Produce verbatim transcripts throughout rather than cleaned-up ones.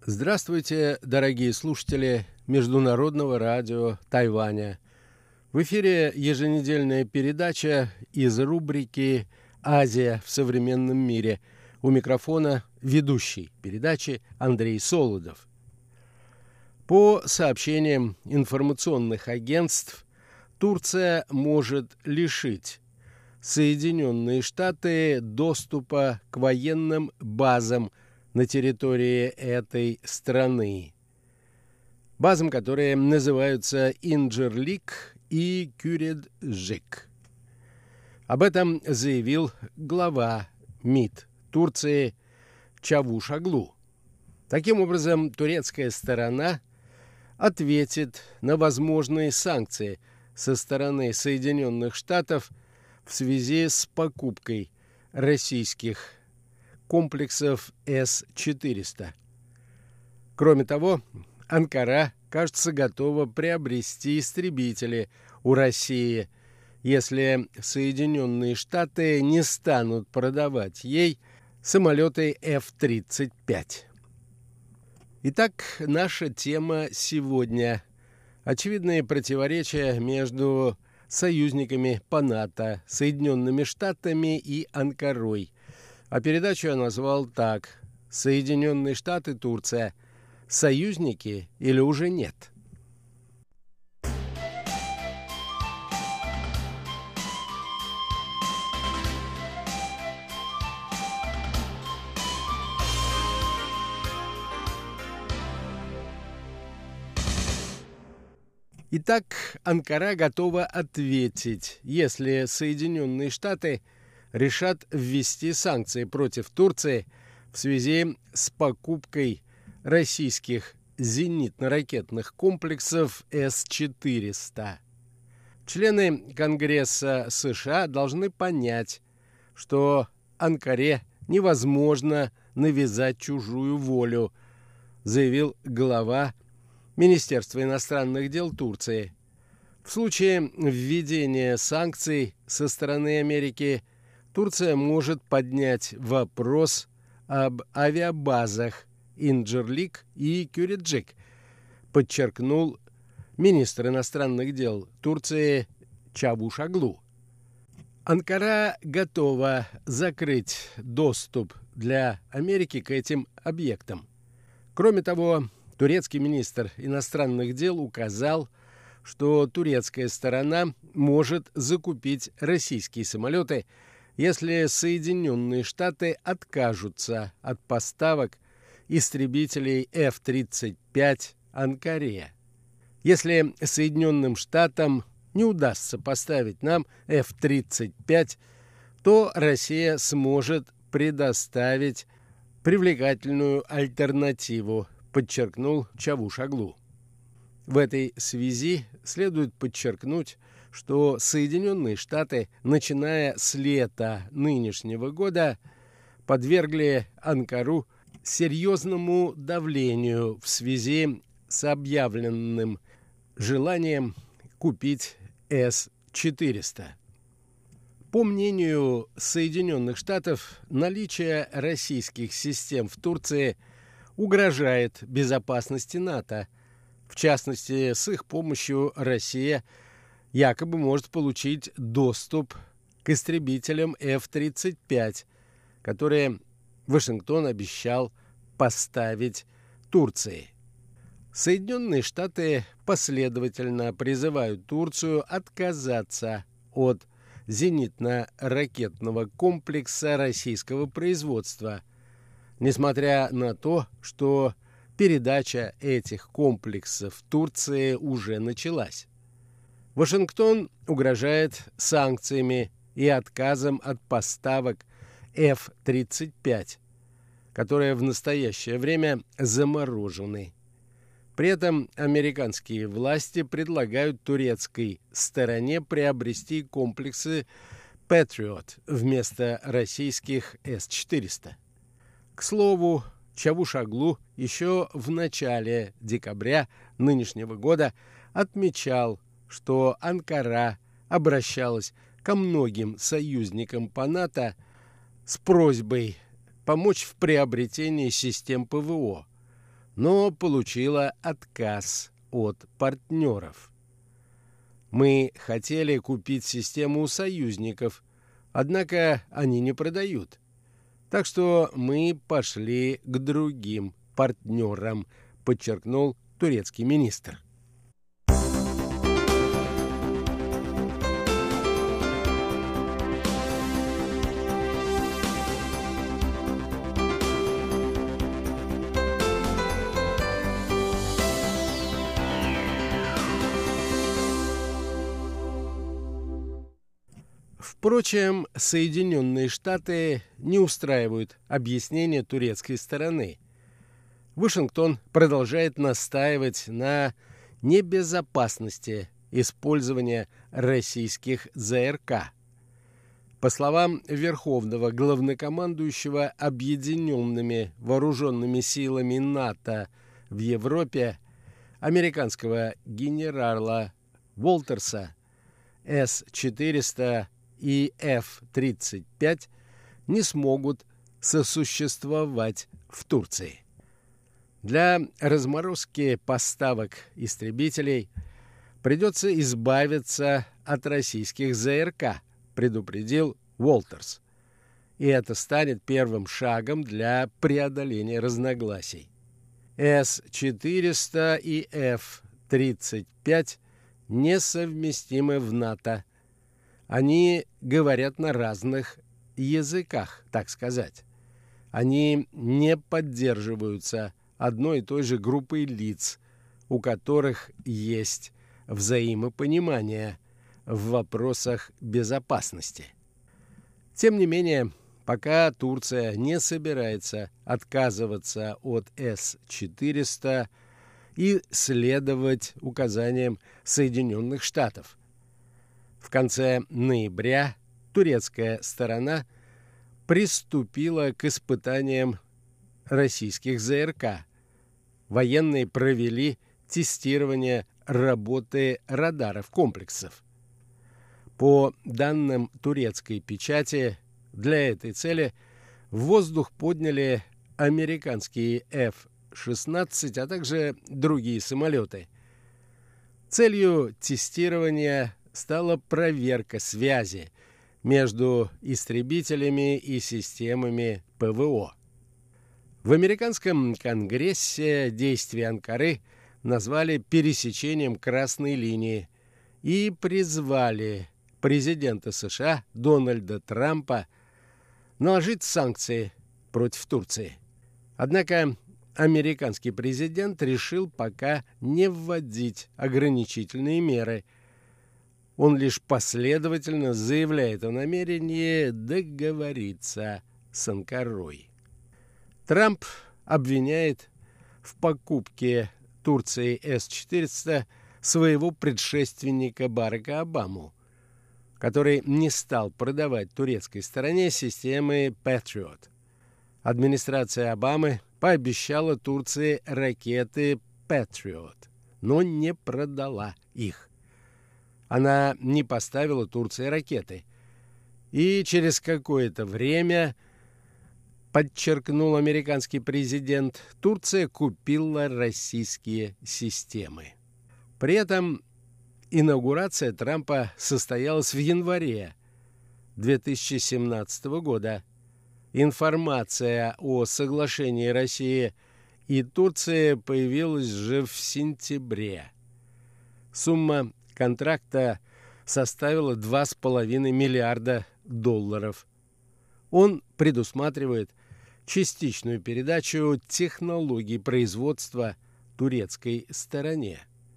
Здравствуйте, дорогие слушатели Международного радио Тайваня. В эфире еженедельная передача из рубрики «Азия в современном мире». У микрофона ведущий передачи Андрей Солодов. По сообщениям информационных агентств, Турция может лишить Соединенные Штаты доступа к военным базам на территории этой страны. Базам, которые называются Инджерлик и Кюреджик. Об этом заявил глава МИД Турции Чавушоглу. Таким образом, турецкая сторона ответит на возможные санкции со стороны Соединенных Штатов в связи с покупкой российских комплексов С четыреста. Кроме того, Анкара, кажется, готова приобрести истребители у России, если Соединенные Штаты не станут продавать ей самолеты эф тридцать пять. Итак, наша тема сегодня – очевидные противоречия между союзниками по НАТО, Соединенными Штатами и Анкарой. А передачу я назвал так: «Соединенные Штаты, Турция. Союзники или уже нет?» Итак, Анкара готова ответить, если Соединенные Штаты решат ввести санкции против Турции в связи с покупкой российских зенитно-ракетных комплексов С четыреста. Члены Конгресса США должны понять, что Анкаре невозможно навязать чужую волю, заявил глава Министерства иностранных дел Турции. В случае введения санкций со стороны Америки Турция может поднять вопрос об авиабазах Инджерлик и Кюреджик, подчеркнул министр иностранных дел Турции Чавушоглу. Анкара готова закрыть доступ для Америки к этим объектам. Кроме того, турецкий министр иностранных дел указал, что турецкая сторона может закупить российские самолеты, если Соединенные Штаты откажутся от поставок истребителей эф тридцать пять Анкаре. Если Соединенным Штатам не удастся поставить нам эф тридцать пять, то Россия сможет предоставить привлекательную альтернативу, подчеркнул Чавушоглу. В этой связи следует подчеркнуть, что Соединенные Штаты, начиная с лета нынешнего года, подвергли Анкару серьезному давлению в связи с объявленным желанием купить С четыреста. По мнению Соединенных Штатов, наличие российских систем в Турции угрожает безопасности НАТО. В частности, с их помощью Россия якобы может получить доступ к истребителям эф тридцать пять, которые Вашингтон обещал поставить Турции. Соединенные Штаты последовательно призывают Турцию отказаться от зенитно-ракетного комплекса российского производства, несмотря на то, что передача этих комплексов Турции уже началась. Вашингтон угрожает санкциями и отказом от поставок эф тридцать пять, которые в настоящее время заморожены. При этом американские власти предлагают турецкой стороне приобрести комплексы Patriot вместо российских С четыреста. К слову, Чавушоглу еще в начале декабря нынешнего года отмечал, что Анкара обращалась ко многим союзникам по НАТО с просьбой помочь в приобретении систем ПВО, но получила отказ от партнеров. Мы хотели купить систему у союзников, однако они не продают. Так что мы пошли к другим партнерам, подчеркнул турецкий министр. Впрочем, Соединенные Штаты не устраивают объяснения турецкой стороны. Вашингтон продолжает настаивать на небезопасности использования российских ЗРК. По словам Верховного главнокомандующего Объединенными вооруженными силами НАТО в Европе, американского генерала Уолтерса, С четыреста и Ф тридцать пять не смогут сосуществовать в Турции. Для разморозки поставок истребителей придется избавиться от российских ЗРК, предупредил Уолтерс. И это станет первым шагом для преодоления разногласий. С четыреста и Ф тридцать пять несовместимы в НАТО. Они говорят на разных языках, так сказать. Они не поддерживаются одной и той же группой лиц, у которых есть взаимопонимание в вопросах безопасности. Тем не менее, пока Турция не собирается отказываться от С четыреста и следовать указаниям Соединенных Штатов. В конце ноября турецкая сторона приступила к испытаниям российских ЗРК. Военные провели тестирование работы радаров комплексов. По данным турецкой печати, для этой цели в воздух подняли американские Ф шестнадцать, а также другие самолеты. Целью тестирования стала проверка связи между истребителями и системами ПВО. В американском Конгрессе действия Анкары назвали пересечением красной линии и призвали президента США Дональда Трампа наложить санкции против Турции. Однако американский президент решил пока не вводить ограничительные меры. Он лишь последовательно заявляет о намерении договориться с Анкарой. Трамп обвиняет в покупке Турции С четыреста своего предшественника Барака Обаму, который не стал продавать турецкой стороне системы Patriot. Администрация Обамы пообещала Турции ракеты Patriot, но не продала их. Она не поставила Турции ракеты. И через какое-то время, подчеркнул американский президент, Турция купила российские системы. При этом инаугурация Трампа состоялась в январе две тысячи семнадцатого года. Информация о соглашении России и Турции появилась же в сентябре. Сумма контракта составила два с половиной миллиарда долларов. Он предусматривает частичную передачу технологий производства турецкой стороне.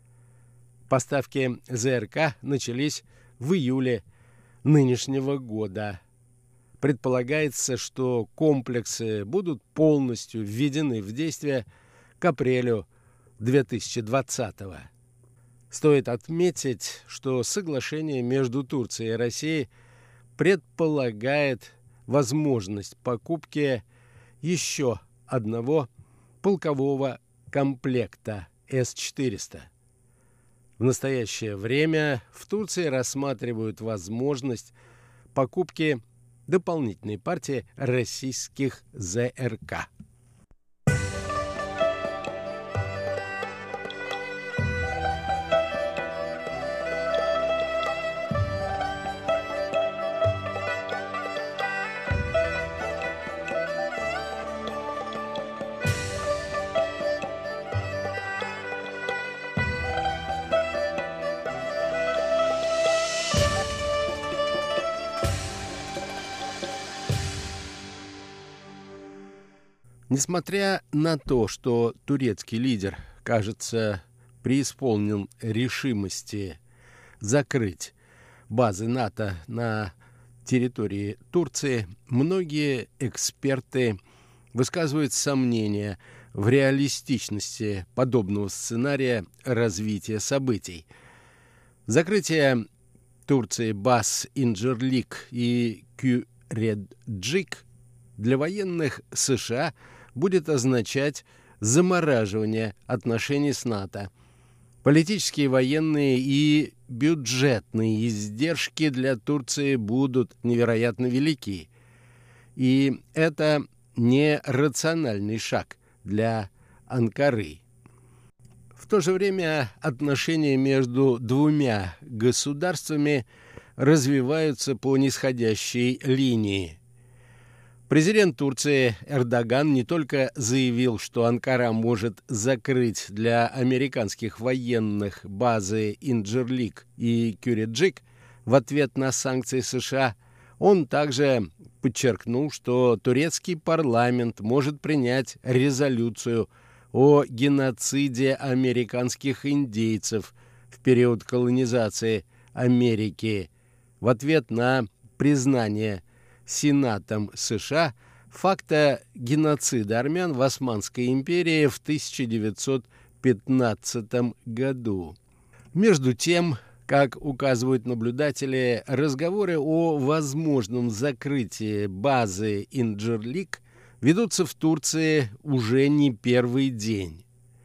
Поставки ЗРК начались в июле нынешнего года. Предполагается, что комплексы будут полностью введены в действие к апрелю две тысячи двадцатого. Стоит отметить, что соглашение между Турцией и Россией предполагает возможность покупки еще одного полкового комплекта С четыреста. В настоящее время в Турции рассматривают возможность покупки дополнительной партии российских ЗРК. Несмотря на то, что турецкий лидер, кажется, преисполнен решимости закрыть базы НАТО на территории Турции, многие эксперты высказывают сомнения в реалистичности подобного сценария развития событий. Закрытие Турции баз Инджерлик и Кюреджик для военных США будет означать замораживание отношений с НАТО. Политические, военные и бюджетные издержки для Турции будут невероятно велики. И это не рациональный шаг для Анкары. В то же время отношения между двумя государствами развиваются по нисходящей линии. Президент Турции Эрдоган не только заявил, что Анкара может закрыть для американских военных базы Инджерлик и Кюреджик в ответ на санкции США, он также подчеркнул, что турецкий парламент может принять резолюцию о геноциде американских индейцев в период колонизации Америки в ответ на признание Сенатом США факта геноцида армян в Османской империи в тысяча девятьсот пятнадцатом году. Между тем, как указывают наблюдатели, разговоры о возможном закрытии базы Инджерлик ведутся в Турции уже не первый день.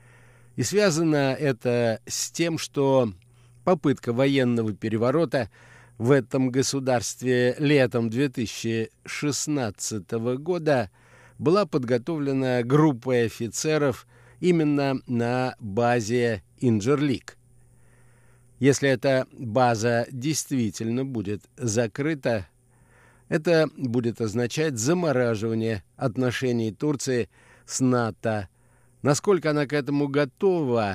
И связано это с тем, что попытка военного переворота в этом государстве летом две тысячи шестнадцатого года была подготовлена группой офицеров именно на базе Инджерлик. Если эта база действительно будет закрыта, это будет означать замораживание отношений Турции с НАТО. Насколько она к этому готова,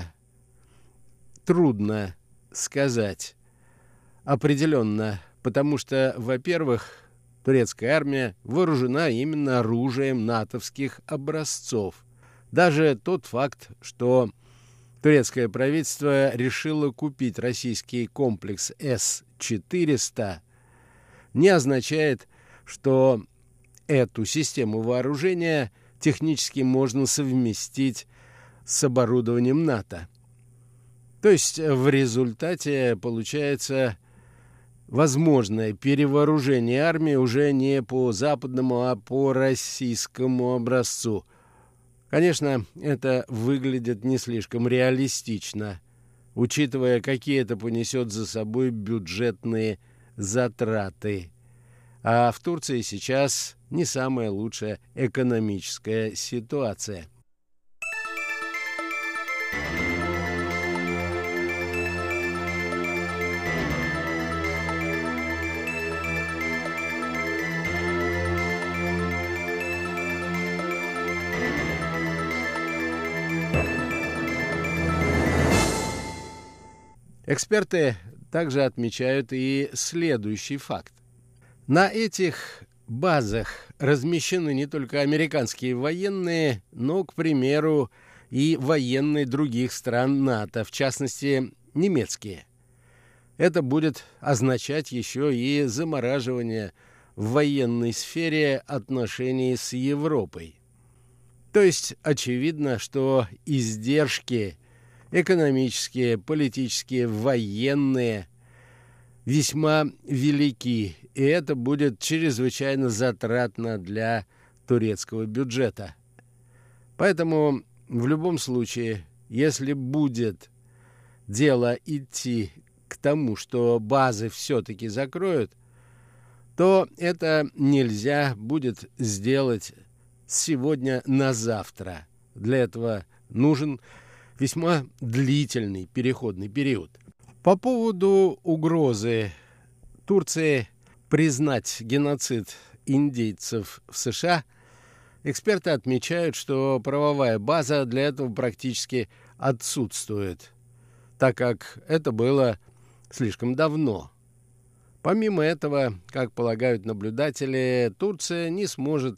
трудно сказать определенно, потому что, во-первых, турецкая армия вооружена именно оружием натовских образцов. Даже тот факт, что турецкое правительство решило купить российский комплекс эс четыреста, не означает, что эту систему вооружения технически можно совместить с оборудованием НАТО. То есть в результате получается возможное перевооружение армии уже не по западному, а по российскому образцу. Конечно, это выглядит не слишком реалистично, учитывая, какие это понесет за собой бюджетные затраты. А в Турции сейчас не самая лучшая экономическая ситуация. Эксперты также отмечают и следующий факт. На этих базах размещены не только американские военные, но, к примеру, и военные других стран НАТО, в частности, немецкие. Это будет означать еще и замораживание в военной сфере отношений с Европой. То есть очевидно, что издержки экономические, политические, военные весьма велики, и это будет чрезвычайно затратно для турецкого бюджета. Поэтому в любом случае, если будет дело идти к тому, что базы все-таки закроют, то это нельзя будет сделать с сегодня на завтра. Для этого нужен весьма длительный переходный период. По поводу угрозы Турции признать геноцид индейцев в США, эксперты отмечают, что правовая база для этого практически отсутствует, так как это было слишком давно. Помимо этого, как полагают наблюдатели, Турция не сможет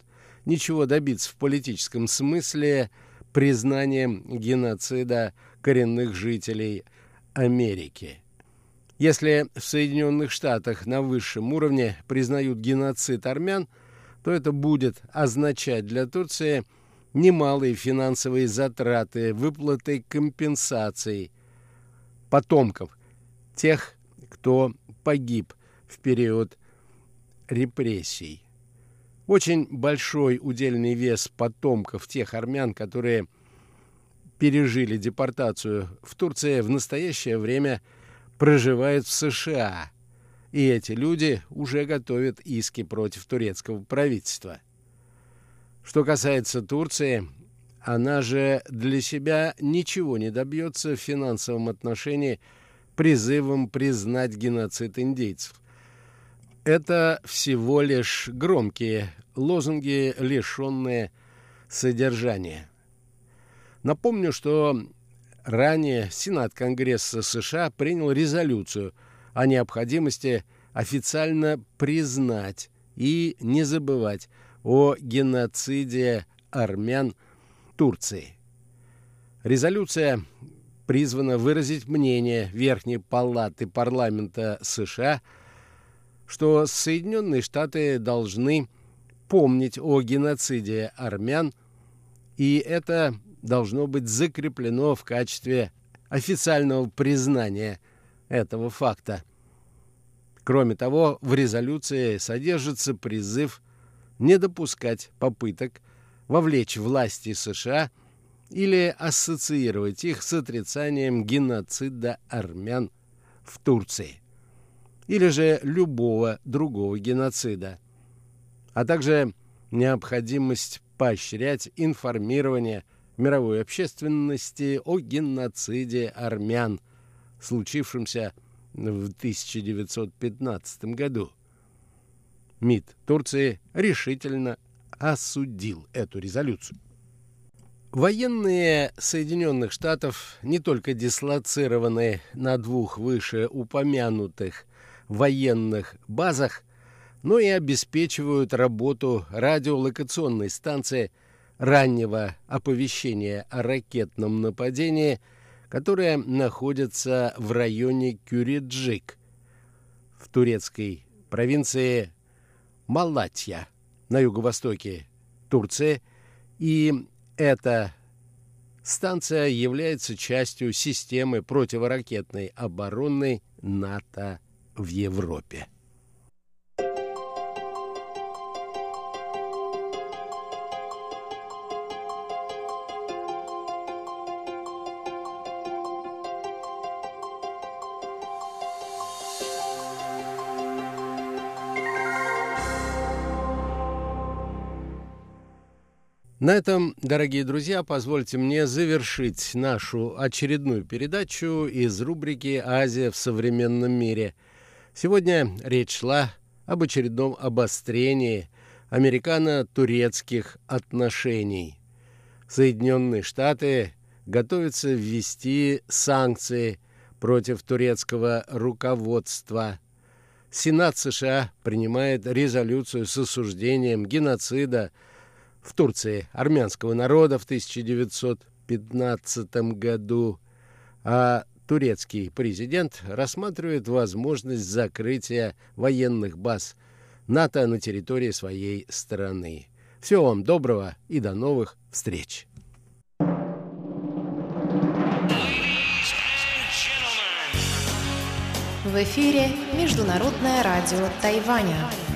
ничего добиться в политическом смысле признанием геноцида коренных жителей Америки. Если в Соединенных Штатах на высшем уровне признают геноцид армян, то это будет означать для Турции немалые финансовые затраты, выплаты компенсаций потомков тех, кто погиб в период репрессий. Очень большой удельный вес потомков тех армян, которые пережили депортацию в Турции, в настоящее время проживают в США. И эти люди уже готовят иски против турецкого правительства. Что касается Турции, она же для себя ничего не добьется в финансовом отношении призывом признать геноцид индейцев. Это всего лишь громкие лозунги, лишенные содержания. Напомню, что ранее Сенат Конгресса США принял резолюцию о необходимости официально признать и не забывать о геноциде армян Турции. Резолюция призвана выразить мнение Верхней палаты парламента США, что Соединенные Штаты должны помнить о геноциде армян, и это должно быть закреплено в качестве официального признания этого факта. Кроме того, в резолюции содержится призыв не допускать попыток вовлечь власти США или ассоциировать их с отрицанием геноцида армян в Турции или же любого другого геноцида, а также необходимость поощрять информирование мировой общественности о геноциде армян, случившемся в тысяча девятьсот пятнадцатом году. МИД Турции решительно осудил эту резолюцию. Военные Соединенных Штатов не только дислоцированы на двух вышеупомянутых военных базах, но и обеспечивают работу радиолокационной станции раннего оповещения о ракетном нападении, которая находится в районе Кюреджик в турецкой провинции Малатья на юго-востоке Турции, и эта станция является частью системы противоракетной обороны НАТО в Европе. На этом, дорогие друзья, позвольте мне завершить нашу очередную передачу из рубрики «Азия в современном мире». Сегодня речь шла об очередном обострении американо-турецких отношений. Соединенные Штаты готовятся ввести санкции против турецкого руководства. Сенат США принимает резолюцию с осуждением геноцида в Турции армянского народа в тысяча девятьсот пятнадцатом году, а турецкий президент рассматривает возможность закрытия военных баз НАТО на территории своей страны. Всего вам доброго и до новых встреч! В эфире Международное радио Тайваня.